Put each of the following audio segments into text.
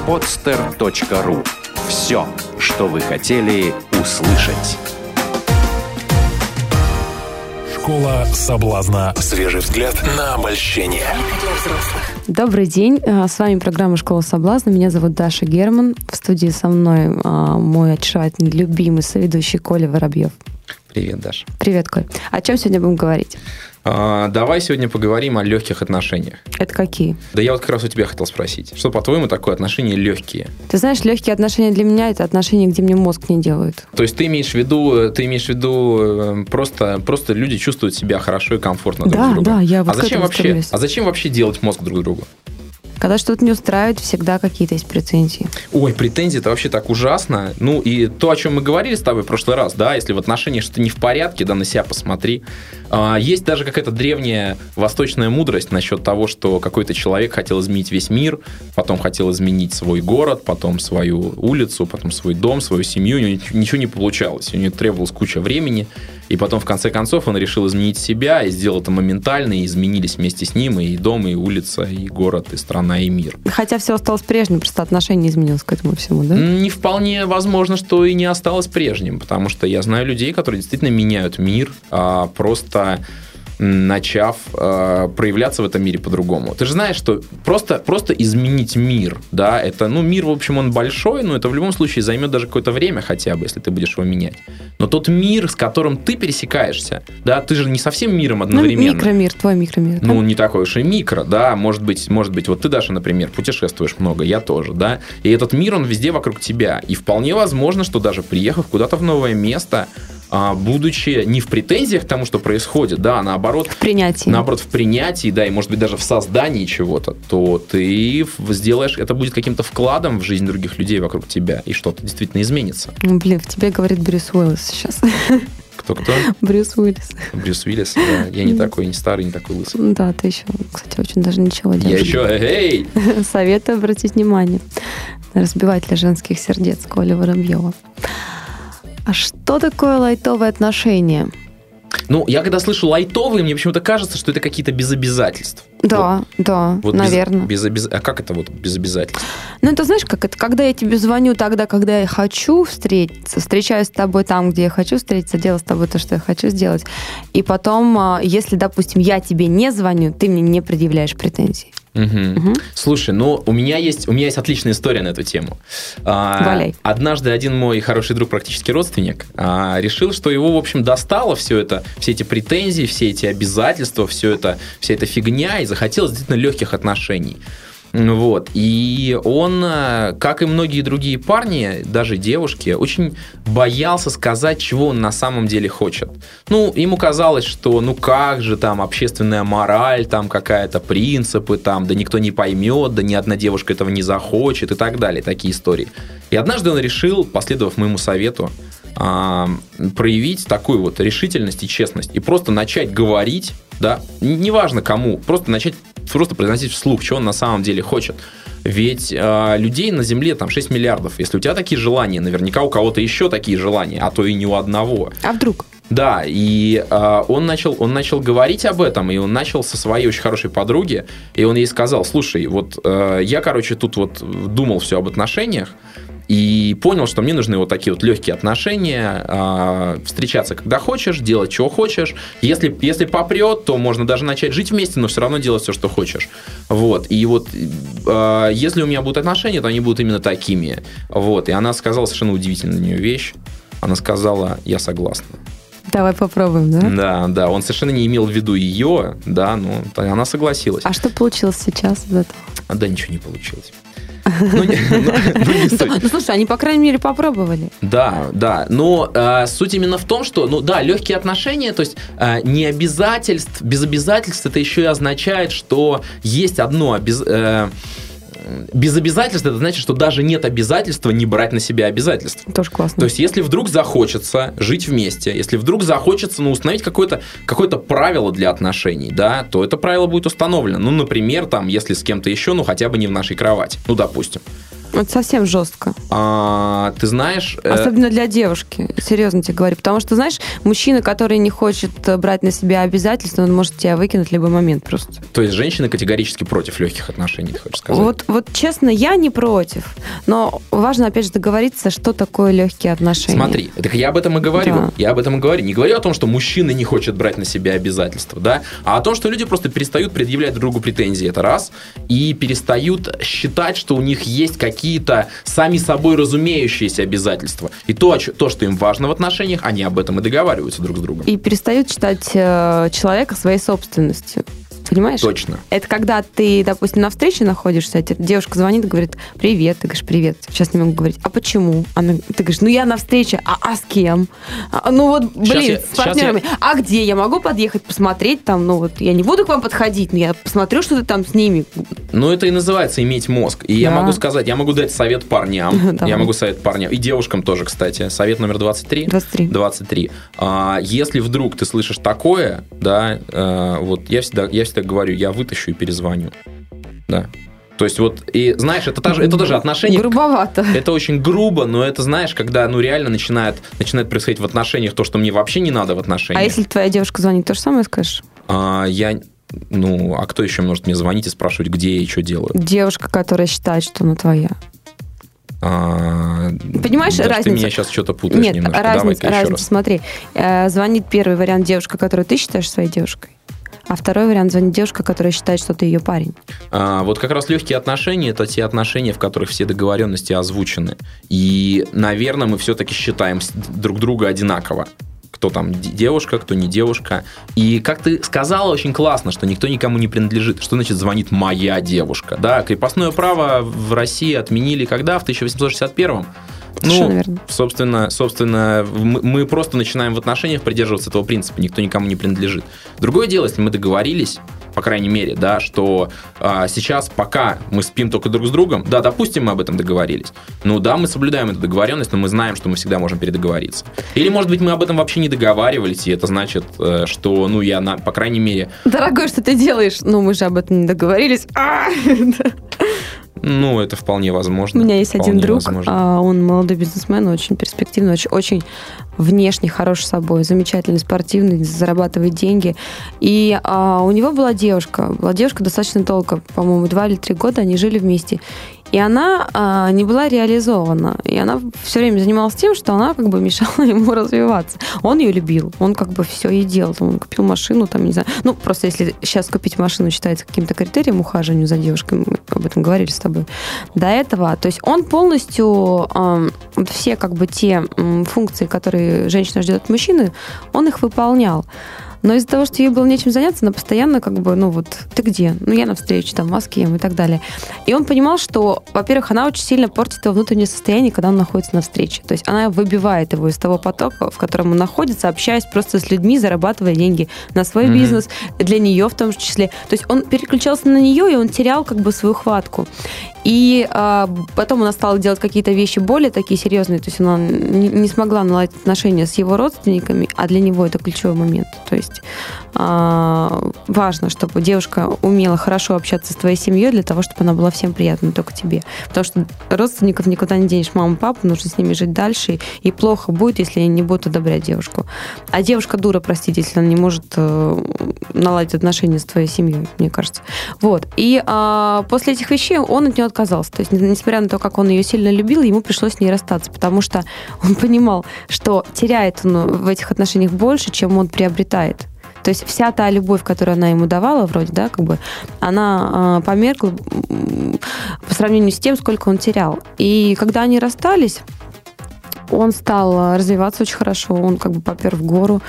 podster.ru. Все, что вы хотели услышать. Школа соблазна. Свежий взгляд на обольщение. Добрый день. С вами программа «Школа соблазна». Меня зовут Даша Герман. В студии со мной мой очаровательный, любимый соведущий Коля Воробьев. Привет, Даша. Привет, Коль. О чем сегодня будем говорить? Давай сегодня поговорим о легких отношениях. Это какие? Да я вот как раз у тебя хотел спросить. Что, по-твоему, такое отношения легкие? Ты знаешь, легкие отношения для меня – это отношения, где мне мозг не делают. То есть ты имеешь в виду просто люди чувствуют себя хорошо и комфортно друг с другом? Да, я вот к этому стремлюсь. А зачем вообще делать мозг друг другу? Когда что-то не устраивает, всегда какие-то есть претензии. Ой, претензии – это вообще так ужасно. Ну, и то, о чем мы говорили с тобой в прошлый раз, да, если в отношениях что-то не в порядке, да, на себя посмотри. Есть даже какая-то древняя восточная мудрость насчет того, что какой-то человек хотел изменить весь мир, потом хотел изменить свой город, потом свою улицу, потом свой дом, свою семью. У него ничего не получалось, у него требовалась куча времени. И потом, в конце концов, он решил изменить себя и сделал это моментально, и изменились вместе с ним и дом, и улица, и город, и страна, и мир. Хотя все осталось прежним, просто отношение изменилось к этому всему, да? Не вполне возможно, что и не осталось прежним, потому что я знаю людей, которые действительно меняют мир, просто начав проявляться в этом мире по-другому. Ты же знаешь, что просто изменить мир, да, это, мир, в общем, он большой, но это в любом случае займет даже какое-то время хотя бы, если ты будешь его менять. Но тот мир, с которым ты пересекаешься, да, ты же не со всем миром одновременно. Микромир, твой микромир. Да? Не такой уж и микро, да, может быть, вот ты, Даша, например, путешествуешь много, я тоже, да, и этот мир, он везде вокруг тебя, и вполне возможно, что даже приехав куда-то в новое место, будучи не в претензиях к тому, что происходит, да, а наоборот... В принятии. Наоборот, в принятии, да, и, может быть, даже в создании чего-то, то ты сделаешь, это будет каким-то вкладом в жизнь других людей вокруг тебя, и что-то действительно изменится. Блин, в тебе говорит Брюс Уиллис сейчас. Кто-кто? Брюс Уиллис. Брюс Уиллис, да. Я не такой, не старый, не такой лысый. Да, ты еще, кстати, очень даже ничего делаешь. Я еще, эй! Советую обратить внимание на разбивателя женских сердец Коли Воробьева. А что такое лайтовые отношения? Я когда слышу лайтовые, мне почему-то кажется, что это какие-то без обязательств. Да, наверное. А как это без обязательств? Это знаешь, как это? Когда я тебе звоню тогда, когда я хочу встретиться, встречаюсь с тобой там, где я хочу встретиться, делаю с тобой то, что я хочу сделать. И потом, если, допустим, я тебе не звоню, ты мне не предъявляешь претензий. Угу. Слушай, у меня есть отличная история на эту тему. Валяй. Однажды один мой хороший друг, практически родственник, решил, что его, в общем, достало все эти претензии, все эти обязательства, вся эта фигня, и захотелось действительно легких отношений. И он, как и многие другие парни, даже девушки, очень боялся сказать, чего он на самом деле хочет. Ему казалось, что как же там общественная мораль, там какая-то принципы, там, да никто не поймет, да ни одна девушка этого не захочет и так далее, такие истории. И однажды он решил, последовав моему совету, проявить такую вот решительность и честность и просто начать говорить, да, неважно кому, просто произносить вслух, что он на самом деле хочет. Ведь людей на Земле там 6 миллиардов. Если у тебя такие желания, наверняка у кого-то еще такие желания, а то и не у одного. А вдруг? Да, и он начал говорить об этом, и он начал со своей очень хорошей подруги, и он ей сказал: слушай, я, тут думал все об отношениях, и понял, что мне нужны вот такие вот легкие отношения, встречаться, когда хочешь, делать, чего хочешь. Если попрет, то можно даже начать жить вместе, но все равно делать все, что хочешь. И если у меня будут отношения, то они будут именно такими. И она сказала совершенно удивительную для нее вещь. Она сказала: я согласна. Давай попробуем, да? Да. Он совершенно не имел в виду ее, да, но она согласилась. А что получилось сейчас из этого? Да, ничего не получилось. Слушай, они, по крайней мере, попробовали. Да. Но суть именно в том, что, легкие отношения, то есть не обязательств, без обязательств, это еще и означает, что есть одно без обязательств, это значит, что даже нет обязательства не брать на себя обязательства. Тоже классно. То есть, если вдруг захочется жить вместе, если вдруг захочется установить какое-то правило для отношений, да, то это правило будет установлено. Например, если с кем-то еще, хотя бы не в нашей кровати. Допустим. Это совсем жестко. Ты знаешь... Особенно для девушки, серьезно тебе говорю. Потому что, знаешь, мужчина, который не хочет брать на себя обязательства, он может тебя выкинуть в любой момент просто. То есть женщины категорически против легких отношений, ты хочешь сказать? Вот честно, я не против. Но важно, опять же, договориться, что такое легкие отношения. Смотри, так я об этом и говорю. Да. Я об этом и говорю. Не говорю о том, что мужчина не хочет брать на себя обязательства, да, а о том, что люди просто перестают предъявлять друг другу претензии, это раз, и перестают считать, что у них есть какие-то сами собой разумеющиеся обязательства. И то, что им важно в отношениях, они об этом и договариваются друг с другом. И перестают считать человека своей собственностью. Понимаешь? Точно. Это когда ты, допустим, на встрече находишься, тебе девушка звонит и говорит: привет. Ты говоришь: привет. Сейчас не могу говорить. А почему? Ты говоришь: я на встрече. А с кем? С партнерами. А где? Я могу подъехать, посмотреть там? Я не буду к вам подходить, но я посмотрю, что ты там с ними. Это и называется иметь мозг. И я могу сказать, я могу дать совет парням. Я могу совет парням. И девушкам тоже, кстати. Совет номер 23. 23. Если вдруг ты слышишь такое, да, я всегда говорю, я вытащу и перезвоню. Да. То есть и знаешь, это даже отношения... Грубовато. Это очень грубо, но это, знаешь, когда реально начинает происходить в отношениях то, что мне вообще не надо в отношениях. А если твоя девушка звонит, то же самое скажешь? А кто еще может мне звонить и спрашивать, где я и что делаю? Девушка, которая считает, что она твоя. Понимаешь, разницу? Ты меня сейчас что-то путаешь немножко. Разница, смотри. Звонит первый вариант девушка, которую ты считаешь своей девушкой. А второй вариант — звонит девушка, которая считает, что ты ее парень. Как раз легкие отношения — это те отношения, в которых все договоренности озвучены. И, наверное, мы все-таки считаем друг друга одинаково. Кто там девушка, кто не девушка. И, как ты сказала, очень классно, что никто никому не принадлежит. Что значит звонит моя девушка? Да, крепостное право в России отменили когда? В 1861-м. Собственно, мы просто начинаем в отношениях придерживаться этого принципа. Никто никому не принадлежит. Другое дело, если мы договорились, по крайней мере, да, что сейчас, пока мы спим только друг с другом, да, допустим, мы об этом договорились. Мы соблюдаем эту договоренность, но мы знаем, что мы всегда можем передоговориться. Или, может быть, мы об этом вообще не договаривались, и это значит, что, по крайней мере... Дорогой, что ты делаешь? Мы же об этом не договорились. Это вполне возможно. У меня есть один друг, он молодой бизнесмен, очень перспективный, очень внешне хороший собой, замечательный, спортивный, зарабатывает деньги. И у него была девушка достаточно долго, по-моему, 2 или 3 года они жили вместе. И она не была реализована. И она все время занималась тем, что она мешала ему развиваться. Он ее любил. Он все и делал. Он купил машину, не знаю. Просто если сейчас купить машину считается каким-то критерием ухаживания за девушкой, мы об этом говорили с тобой до этого. То есть он полностью все те функции, которые женщина ждет от мужчины, он их выполнял. Но из-за того, что ей было нечем заняться, она постоянно ты где? Я на встрече, а с кем? И так далее. И он понимал, что, во-первых, она очень сильно портит его внутреннее состояние, когда он находится на встрече. То есть она выбивает его из того потока, в котором он находится, общаясь просто с людьми, зарабатывая деньги на свой бизнес, для нее в том числе. То есть он переключался на нее, и он терял свою хватку. И потом она стала делать какие-то вещи более такие серьезные. То есть она не смогла наладить отношения с его родственниками, а для него это ключевой момент. То есть важно, чтобы девушка умела хорошо общаться с твоей семьей для того, чтобы она была всем приятна, не только тебе. Потому что родственников никуда не денешь. Мама, папа, нужно с ними жить дальше. И плохо будет, если они не будут одобрять девушку. А девушка дура, простите, если она не может наладить отношения с твоей семьей, мне кажется. И после этих вещей он от нее отказался. То есть, несмотря на то, как он ее сильно любил, ему пришлось с ней расстаться, потому что он понимал, что теряет он в этих отношениях больше, чем он приобретает. То есть вся та любовь, которую она ему давала, вроде, да, она померкла по сравнению с тем, сколько он терял. И когда они расстались, он стал развиваться очень хорошо, он попер в гору.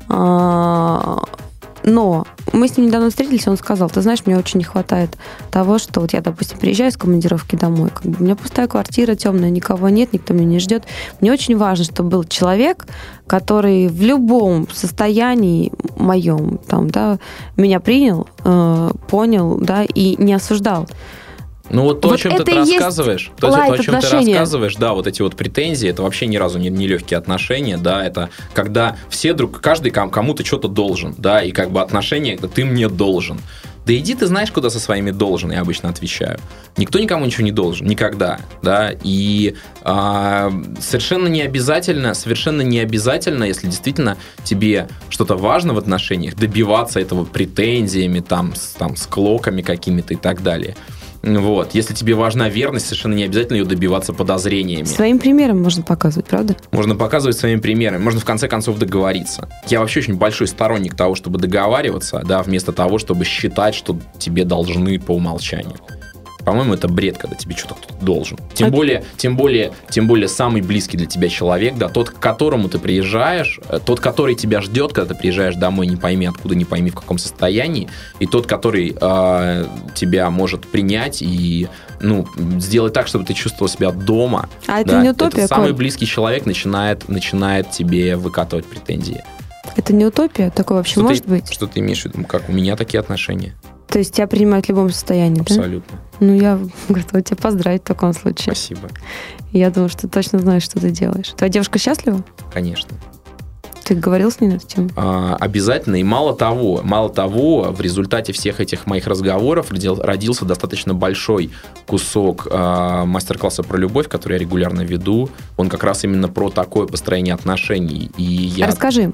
Но мы с ним недавно встретились, он сказал: ты знаешь, мне очень не хватает того, что я, допустим, приезжаю с командировки домой, у меня пустая квартира, темная, никого нет, никто меня не ждет. Мне очень важно, чтобы был человек, который в любом состоянии моем меня принял, понял, и не осуждал. То, о чем ты рассказываешь, да, эти претензии, это вообще ни разу не легкие отношения, да, это когда каждый кому-то что-то должен, да, и отношения, это ты мне должен. Да иди ты знаешь, куда со своими должен, я обычно отвечаю. Никто никому ничего не должен, никогда, да, и совершенно не обязательно, если действительно тебе что-то важно в отношениях, добиваться этого претензиями, там, с клоками какими-то и так далее. Вот. Если тебе важна верность, совершенно не обязательно ее добиваться подозрениями. Своим примером можно показывать, правда? Можно показывать своими примерами. Можно, в конце концов, договориться. Я вообще очень большой сторонник того, чтобы договариваться, да, вместо того, чтобы считать, что тебе должны по умолчанию. По-моему, это бред, когда тебе что-то кто-то должен. Тем более самый близкий для тебя человек, да, тот, к которому ты приезжаешь, тот, который тебя ждет, когда ты приезжаешь домой, не пойми откуда, не пойми в каком состоянии, и тот, который тебя может принять и сделать так, чтобы ты чувствовал себя дома. А это не утопия, это самый Коль? близкий человек начинает тебе выкатывать претензии. Это не утопия? Такое вообще может быть? Что ты имеешь в виду? Как у меня такие отношения? То есть тебя принимают в любом состоянии, Абсолютно. Да? Я готова тебя поздравить в таком случае. Спасибо. Я думаю, что ты точно знаешь, что ты делаешь. Твоя девушка счастлива? Конечно. Ты говорил с ней на эту тему? Обязательно. И мало того, в результате всех этих моих разговоров родился достаточно большой кусок мастер-класса про любовь, который я регулярно веду. Он как раз именно про такое построение отношений. Расскажи.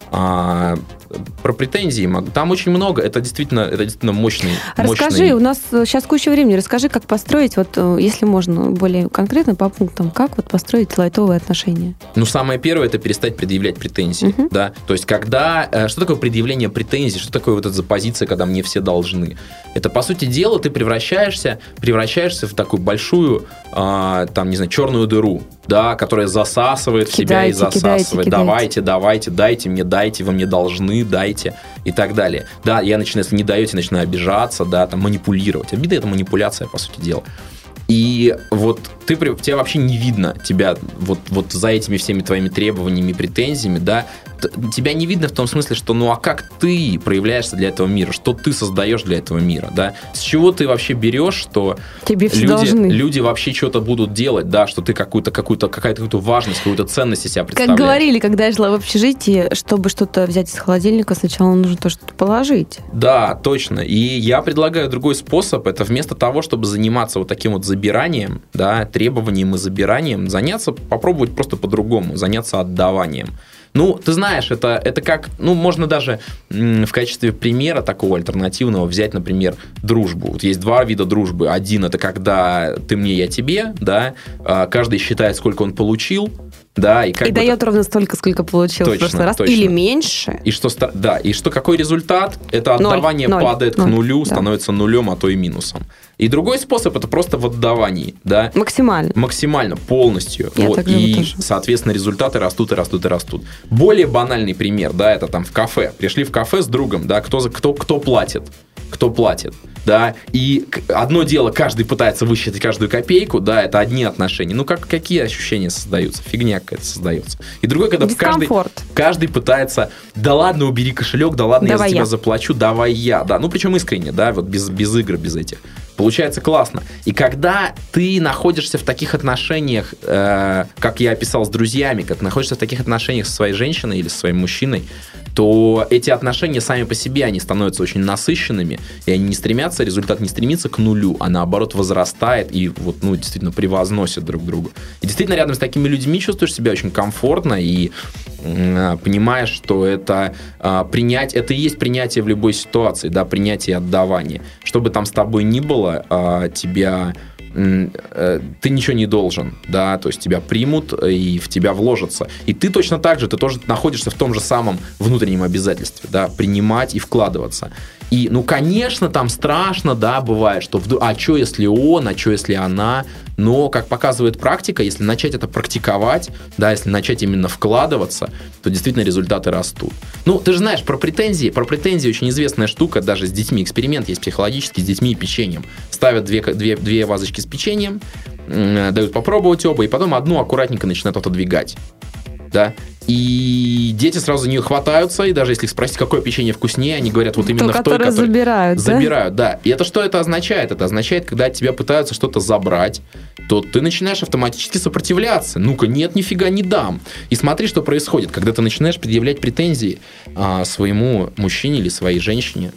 Про претензии. Там очень много. Это действительно мощный. Расскажи, у нас сейчас куча времени. Расскажи, как построить, если можно более конкретно по пунктам, как построить лайтовые отношения. Самое первое — это перестать предъявлять претензии. Угу. Да? То есть, что такое предъявление претензий? Что такое эта позиция, когда мне все должны? Это, по сути дела, ты превращаешься в такую большую, черную дыру, да, которая засасывает себя и засасывает. Кидайте. Давайте, дайте мне, вы мне должны, дайте и так далее. Да, я начинаю, если не даете, начинаю обижаться, да, манипулировать. Обида — это манипуляция, по сути дела. И тебя вообще не видно, тебя за этими всеми твоими требованиями, претензиями, да, тебя не видно в том смысле, что как ты проявляешься для этого мира, что ты создаешь для этого мира, да, с чего ты вообще берешь, что тебе все должны. Люди вообще что-то будут делать, да, что ты какую-то важность, какую-то ценность из себя представляешь. Как говорили, когда я жила в общежитии, чтобы что-то взять из холодильника, сначала нужно то что-то положить. Да, точно. И я предлагаю другой способ. Это вместо того, чтобы заниматься таким забиранием, да, требованием и забиранием, попробовать просто по-другому, заняться отдаванием. Ты знаешь, это как, можно даже в качестве примера такого альтернативного взять, например, дружбу. Есть два вида дружбы. Один — это когда ты мне, я тебе, да, каждый считает, сколько он получил, да, и дает ровно столько, сколько получил в прошлый раз, или меньше. И какой результат? Это отдавание падает к нулю, становится нулем, а то и минусом. И другой способ — это просто в отдавании, да. Максимально, полностью. Соответственно, результаты растут и растут и растут. Более банальный пример, да, это в кафе. Пришли в кафе с другом, да, кто платит? Кто платит? Да, и одно дело, каждый пытается высчитать каждую копейку, да, это одни отношения. Какие ощущения создаются? Фигня какая-то создается. И другой, когда каждый пытается, да ладно, убери кошелек, да ладно, я за тебя заплачу, давай я. Да, причем искренне, да, без игр, без этих. Получается классно. И когда ты находишься в таких отношениях, как я описал с друзьями, как находишься в таких отношениях со своей женщиной или со своим мужчиной, то эти отношения сами по себе, они становятся очень насыщенными, и они результат не стремится к нулю, а наоборот возрастает и действительно превозносит друг друга. И действительно рядом с такими людьми чувствуешь себя очень комфортно и понимаешь, что это и есть принятие в любой ситуации, да, принятие и отдавание. Что бы там с тобой ни было, ты ничего не должен, да, то есть тебя примут и в тебя вложатся. И ты точно так же, ты тоже находишься в том же самом внутреннем обязательстве, да, принимать и вкладываться. И, конечно, там страшно, да, бывает, что что если он, что если она, но, как показывает практика, если начать это практиковать, да, если начать именно вкладываться, то действительно результаты растут. Ты же знаешь, про претензии очень известная штука, даже с детьми, эксперимент есть психологический с детьми и печеньем. Ставят две вазочки с печеньем, дают попробовать оба, и потом одну аккуратненько начинают отодвигать, да. И дети сразу за нее хватаются, и даже если их спросить, какое печенье вкуснее, они говорят именно в той, которую забирают, да. И что это означает? Это означает, когда от тебя пытаются что-то забрать, то ты начинаешь автоматически сопротивляться. Нет, нифига не дам. И смотри, что происходит, когда ты начинаешь предъявлять претензии своему мужчине или своей женщине.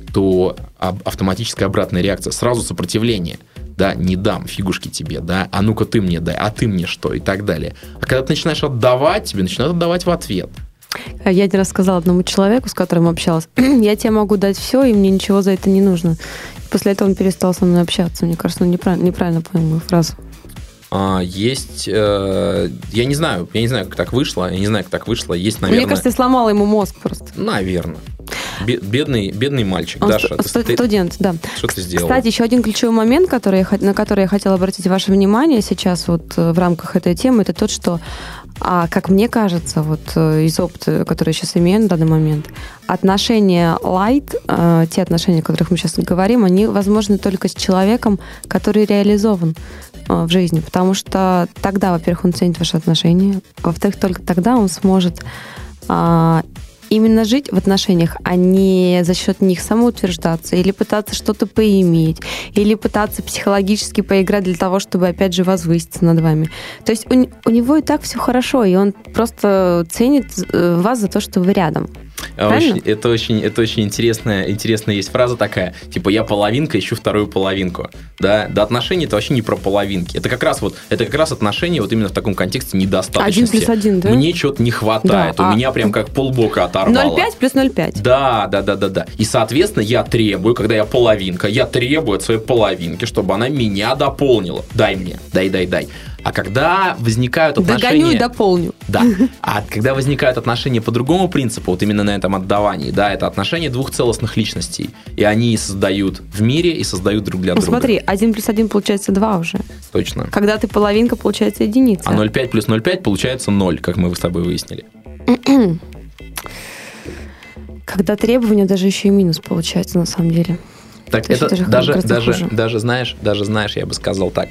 то автоматическая обратная реакция, сразу сопротивление. Да, не дам, фигушки тебе, да, а ну-ка ты мне дай, а ты мне что, и так далее. А когда ты начинаешь отдавать, тебе начинают отдавать в ответ. Я один раз сказала одному человеку, с которым общалась, я тебе могу дать все, и мне ничего за это не нужно. После этого он перестал со мной общаться. Мне кажется, он неправильно понял мою фразу. Есть, я не знаю, как так вышло, есть, наверное... Мне кажется, я сломала ему мозг просто. Наверное. Бедный мальчик, он Даша. Студент, да. Что ты сделала? Кстати, еще один ключевой момент, на который я хотела обратить ваше внимание сейчас вот в рамках этой темы, это тот, что, как мне кажется, вот из опыта, который я сейчас имею на данный момент, отношения light, те отношения, о которых мы сейчас говорим, они возможны только с человеком, который реализован в жизни, потому что тогда, во-первых, он ценит ваши отношения, во-вторых, только тогда он сможет именно жить в отношениях, а не за счет них самоутверждаться или пытаться что-то поиметь, или пытаться психологически поиграть для того, чтобы, опять же, возвыситься над вами. То есть у него и так все хорошо, и он просто ценит вас за то, что вы рядом. Это очень интересная есть фраза такая, типа я половинка, ищу вторую половинку. Да, отношения это вообще не про половинки. Это как раз отношения вот именно в таком контексте недостаточности. 1+1, да? Мне чего-то не хватает. Да, у меня прям как полбока оторвало. 0,5 плюс 0,5. Да. И, соответственно, я требую, когда я половинка, я требую от своей половинки, чтобы она меня дополнила. Дай мне, дай. А когда возникают отношения... Догоню и дополню. Да. А когда возникают отношения по другому принципу, вот именно на этом отдавании, да, это отношения двух целостных личностей. И они создают в мире и создают друг для друга. Смотри, 1 плюс 1 получается 2 уже. Точно. Когда ты половинка, получается единица. А 0,5 плюс 0,5 получается 0, как мы с тобой выяснили. Когда требования, даже еще и минус получается на самом деле. Так это даже знаешь, я бы сказал так.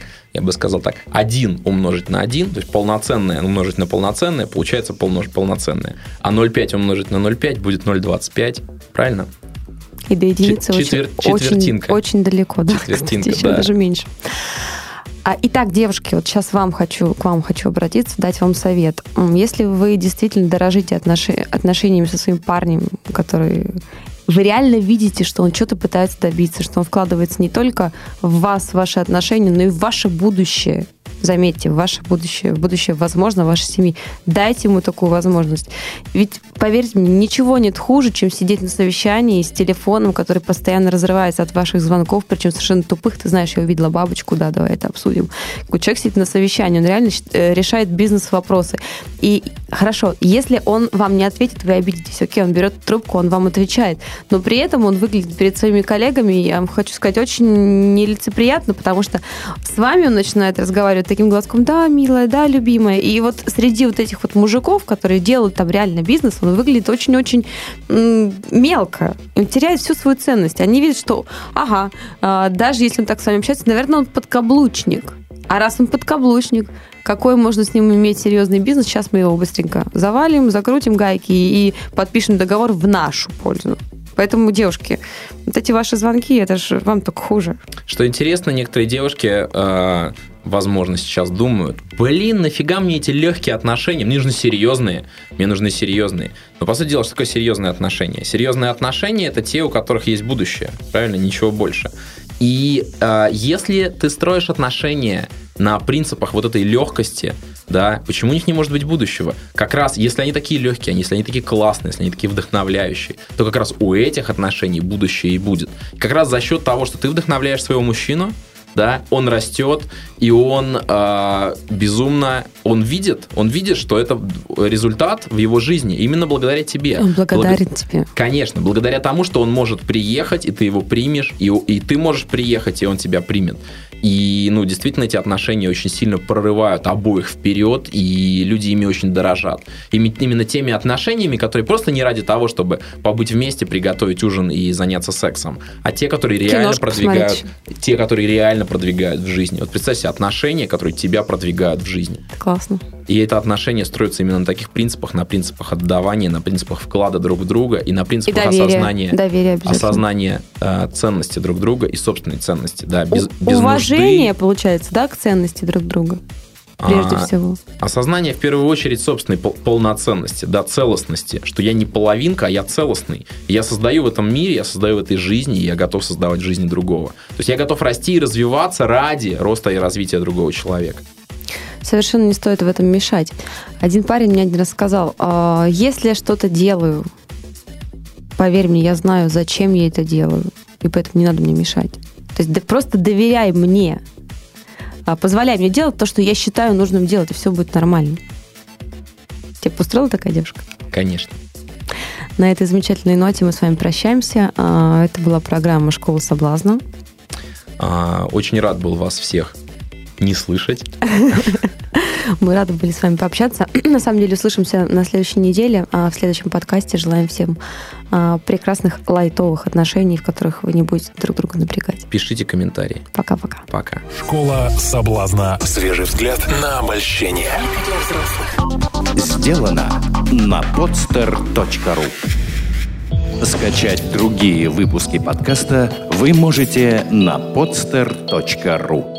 1 умножить на 1, то есть полноценное умножить на полноценное, получается полноценное. А 0,5 умножить на 0,5 будет 0,25. Правильно? И до единицы четвертинка. Очень далеко. Да, четвертинка, кстати, еще даже меньше. Итак, девушки, вот сейчас к вам хочу обратиться, дать вам совет. Если вы действительно дорожите отношениями со своим парнем, который... Вы реально видите, что он что-то пытается добиться, что он вкладывается не только в вас, в ваши отношения, но и в ваше будущее. Заметьте, в ваше будущее, возможно, вашей семьи. Дайте ему такую возможность. Ведь, поверьте мне, ничего нет хуже, чем сидеть на совещании с телефоном, который постоянно разрывается от ваших звонков, причем совершенно тупых. Ты знаешь, я увидела бабочку, да, давай это обсудим. Человек сидит на совещании, он реально решает бизнес-вопросы. И хорошо, если он вам не ответит, вы обидитесь. Окей, он берет трубку, он вам отвечает. Но при этом он выглядит перед своими коллегами, я вам хочу сказать, очень нелицеприятно, потому что с вами он начинает разговаривать таким глазком: да, милая, да, любимая. И вот среди вот этих вот мужиков, которые делают там реально бизнес, он выглядит очень-очень мелко. Он теряет всю свою ценность. Они видят, что, даже если он так с вами общается, наверное, он подкаблучник. А раз он подкаблучник, какой можно с ним иметь серьезный бизнес, сейчас мы его быстренько завалим, закрутим гайки и подпишем договор в нашу пользу. Поэтому, девушки, вот эти ваши звонки, это же вам только хуже. Что интересно, некоторые девушки, возможно, сейчас думают: нафига мне эти легкие отношения? Мне нужны серьезные. Но, по сути дела, что такое серьезные отношения? Серьезные отношения – это те, у которых есть будущее. Правильно? Ничего больше. И если ты строишь отношения на принципах вот этой легкости, да, почему у них не может быть будущего? Как раз, если они такие легкие, если они такие классные, если они такие вдохновляющие, то как раз у этих отношений будущее и будет. Как раз за счет того, что ты вдохновляешь своего мужчину, да, он растет, и он он видит, что это результат в его жизни именно благодаря тебе. Он благодарен тебе. Конечно, благодаря тому, что он может приехать, и ты его примешь, и ты можешь приехать, и он тебя примет. И, действительно, эти отношения очень сильно прорывают обоих вперед, и люди ими очень дорожат. Именно теми отношениями, которые просто не ради того, чтобы побыть вместе, приготовить ужин и заняться сексом, а те, которые реально продвигают в жизни. Вот представь себе отношения, которые тебя продвигают в жизни. Классно. И это отношения строятся именно на таких принципах, на принципах отдавания, на принципах вклада друг в друга и на принципах осознания ценности друг друга и собственной ценности. Да, уважение, получается, да, к ценности друг друга. прежде всего. Осознание, в первую очередь, собственной полноценности, да, целостности, что я не половинка, а я целостный. Я создаю в этом мире, я создаю в этой жизни, и я готов создавать в жизни другого. То есть я готов расти и развиваться ради роста и развития другого человека. Совершенно не стоит в этом мешать. Один парень мне один раз сказал, если я что-то делаю, поверь мне, я знаю, зачем я это делаю, и поэтому не надо мне мешать. То есть просто доверяй мне, позволяй мне делать то, что я считаю нужным делать, и все будет нормально. Тебе устроила такая девушка? Конечно. На этой замечательной ноте мы с вами прощаемся. Это была программа «Школа соблазна». Очень рад был вас всех не слышать. Мы рады были с вами пообщаться. На самом деле, услышимся на следующей неделе. В следующем подкасте желаем всем прекрасных лайтовых отношений, в которых вы не будете друг друга напрягать. Пишите комментарии. Пока-пока. Пока. Школа соблазна. Свежий взгляд на обольщение. Сделано на podster.ru. Скачать другие выпуски подкаста вы можете на podster.ru.